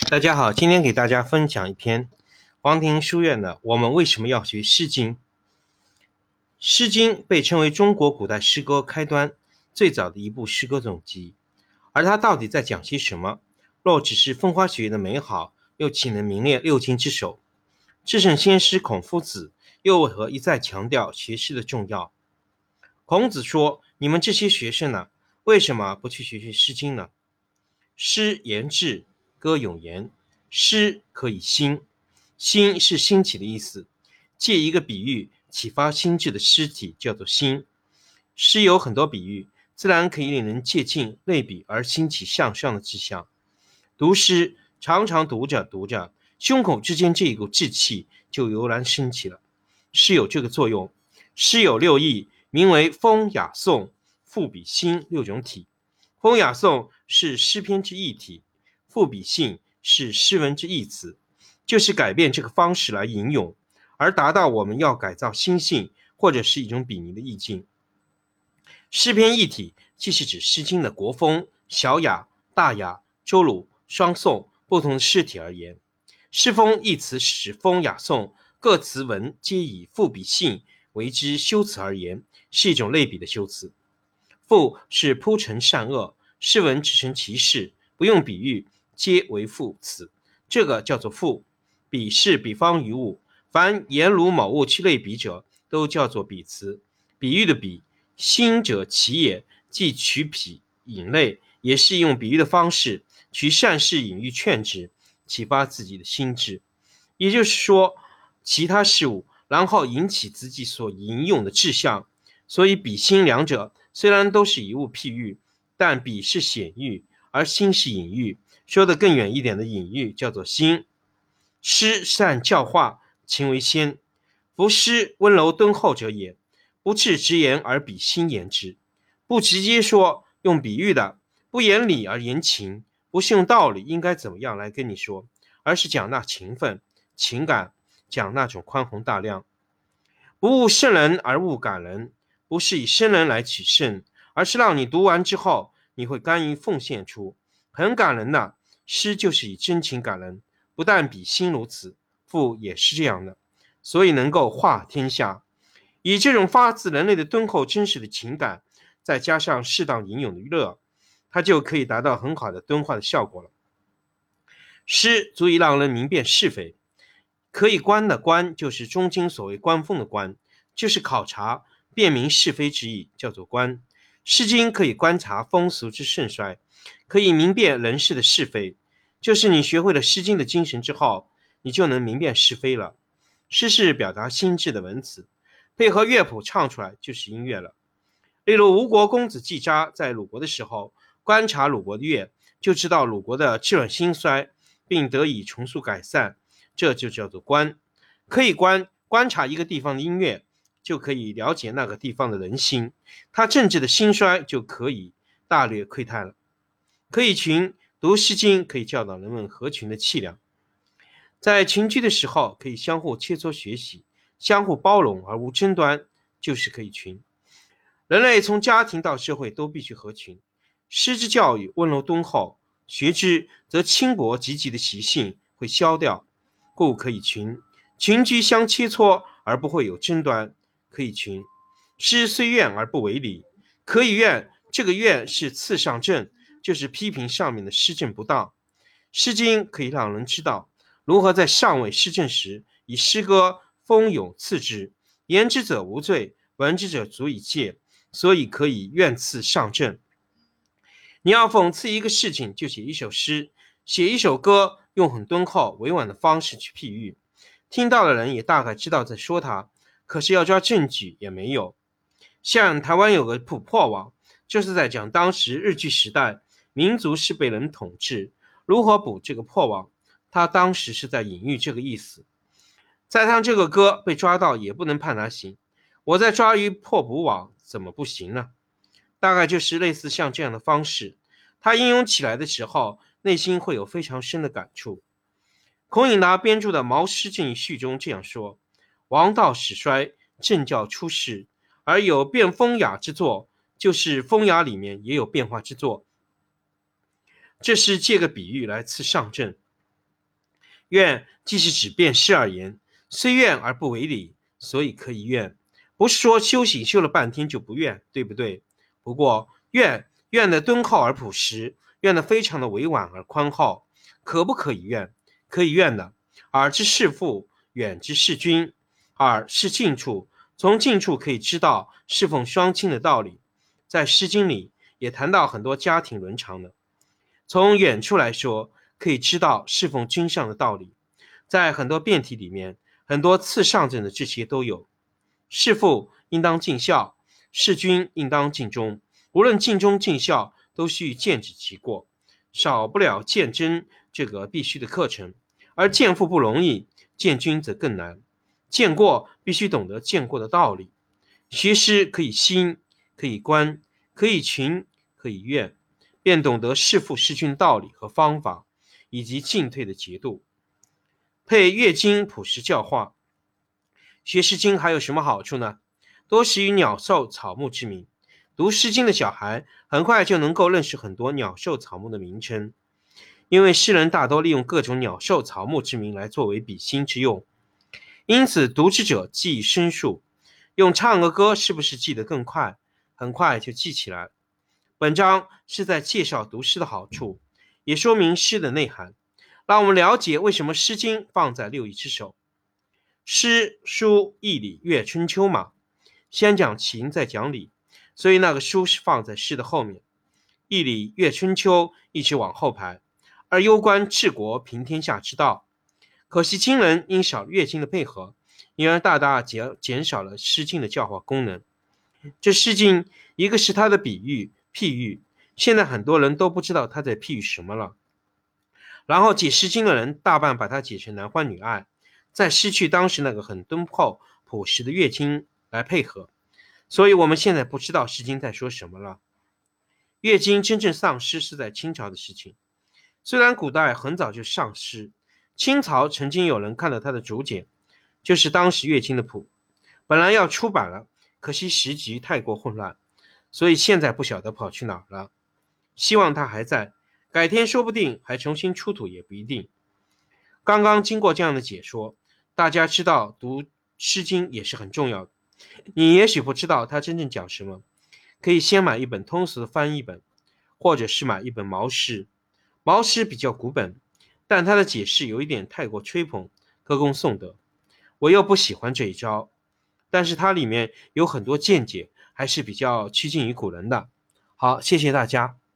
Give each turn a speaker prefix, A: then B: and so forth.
A: 大家好，今天给大家分享一篇黄庭书院的《我们为什么要学诗经》。诗经被称为中国古代诗歌开端最早的一部诗歌总集，而它到底在讲些什么？若只是风花雪月的美好，又岂能名列六经之首？至圣先师孔夫子又为何一再强调学诗的重要？孔子说：“你们这些学生呢，为什么不去学学诗经呢？诗言志，歌咏言。诗可以兴，兴是兴起的意思，借一个比喻启发心智的诗体叫做兴。诗有很多比喻，自然可以令人借鉴类比而兴起向上的志向。读诗常常读着读着，胸口之间这一股志气就油然升起了。诗有这个作用。诗有六艺，名为风雅颂、赋比兴六种体。风雅颂是诗篇之义体，赋比兴是诗文之义词，就是改变这个方式来吟咏，而达到我们要改造心性或者是一种比拟的意境。诗篇义体既是指诗经的国风、小雅、大雅、周鲁、双颂不同的诗体而言。诗风一词是指风雅颂各词文皆以赋比兴为之修辞而言，是一种类比的修辞。赋是铺陈善恶，诗文只成其事，不用比喻，皆为赋词，这个叫做赋。比是比方于物，凡言如某物去类比者，都叫做比词。比喻的比，兴者其也，即取彼引类，也是用比喻的方式，取善事隐喻劝之，启发自己的心智。也就是说，其他事物，然后引起自己所引用的志向。所以比兴两者虽然都是以物譬喻，但比是显喻，而兴是隐喻。说得更远一点的隐喻叫做兴。诗善教化，情为先。夫诗温柔敦厚者也，不斥直言而比兴言之。不直接说，用比喻的，不言理而言情，不是用道理应该怎么样来跟你说，而是讲那情分、情感，讲那种宽宏大量。不悟圣人而悟感人，不是以圣人来取圣，而是让你读完之后，你会甘于奉献出很感人的诗，就是以真情感人。不但比兴如此，赋也是这样的，所以能够化天下。以这种发自人类的敦厚真实的情感，再加上适当吟咏的娱乐，它就可以达到很好的敦化的效果了。诗足以让人明辨是非，可以观的观就是中经所谓观风的观，就是考察辨明是非之意，叫做观。诗经可以观察风俗之盛衰，可以明辨人事的是非。就是你学会了诗经的精神之后，你就能明辨是非了。诗是表达心智的文词，配合乐谱唱出来就是音乐了。例如吴国公子季札在鲁国的时候，观察鲁国的乐，就知道鲁国的治乱兴衰，并得以重塑改善，这就叫做观。可以观察一个地方的音乐，就可以了解那个地方的人心，他政治的兴衰就可以大略窥探了。可以群，读诗经可以教导人们合群的气量。在群居的时候，可以相互切磋学习，相互包容而无争端，就是可以群。人类从家庭到社会都必须合群。师之教育温柔敦厚，学之则轻薄积极的习性会消掉，故可以群。群居相切磋而不会有争端，可以群。诗虽怨而不为理，可以怨，这个怨是次上正，就是批评上面的施政不当。诗经可以让人知道如何在上位施政时，以诗歌风咏次之，言之者无罪，闻之者足以戒，所以可以怨次上正。你要讽刺一个事情，就写一首诗，写一首歌，用很敦厚委婉的方式去譬喻，听到的人也大概知道在说他，可是要抓证据也没有。像台湾有个捕破网，就是在讲当时日据时代民族是被人统治，如何捕这个破网，他当时是在隐喻这个意思。再唱这个歌被抓到也不能判他刑，我在抓鱼破捕网怎么不行呢？大概就是类似像这样的方式，他应用起来的时候，内心会有非常深的感触。孔颖达编著的《毛诗正义序》中这样说：王道始衰，政教出世，而有变风雅之作，就是风雅里面也有变化之作。这是借个比喻来刺上正。 怨既是指辨识而言，虽怨而不为理，所以可以怨。不是说修行修了半天就不怨，对不对？不过怨的敦厚而朴实，怨的非常的委婉而宽厚，可不可以怨？可以怨的。耳之视父，远之视君。耳是近处，从近处可以知道侍奉双亲的道理，在《诗经》里也谈到很多家庭伦常的。从远处来说，可以知道侍奉君上的道理，在很多辩题里面，很多次上阵的这些都有。侍父应当尽孝，事君应当尽忠，无论尽忠尽孝，都需剑指其过，少不了见真这个必须的课程。而见父不容易，见君则更难。见过必须懂得见过的道理。学诗可以心，可以观，可以群，可以怨，便懂得事父事君的道理和方法，以及进退的节度。配乐经朴实教化。学诗经还有什么好处呢？多识于鸟兽草木之名。读诗经的小孩很快就能够认识很多鸟兽草木的名称，因为诗人大多利用各种鸟兽草木之名来作为比心之用，因此读之者记忆深数。用唱个歌是不是记得更快？很快就记起来。本章是在介绍读诗的好处，也说明诗的内涵，让我们了解为什么《诗经》放在6艺之首。诗、书、易、礼、乐、春秋嘛，先讲情再讲理，所以那个书是放在诗的后面，易、礼、乐、春秋一直往后排，而攸关治国平天下之道。可惜今人因少乐经的配合，因而大大减少了诗经的教化功能。这诗经一个是它的比喻譬喻，现在很多人都不知道他在譬喻什么了。然后解诗经的人大半把它解成男欢女爱，再失去当时那个很敦厚朴实的乐经来配合，所以我们现在不知道诗经在说什么了。乐经真正丧失是在清朝的事情，虽然古代很早就丧失，清朝曾经有人看到它的竹简，就是当时乐经的谱，本来要出版了，可惜时局太过混乱，所以现在不晓得跑去哪儿了。希望它还在，改天说不定还重新出土也不一定。刚刚经过这样的解说，大家知道读诗经也是很重要的。你也许不知道它真正讲什么，可以先买一本通俗的翻译本，或者是买一本毛诗。毛诗比较古本，但它的解释有一点太过吹捧，歌功颂德，我又不喜欢这一招。但是它里面有很多见解，还是比较趋近于古人的。好，谢谢大家。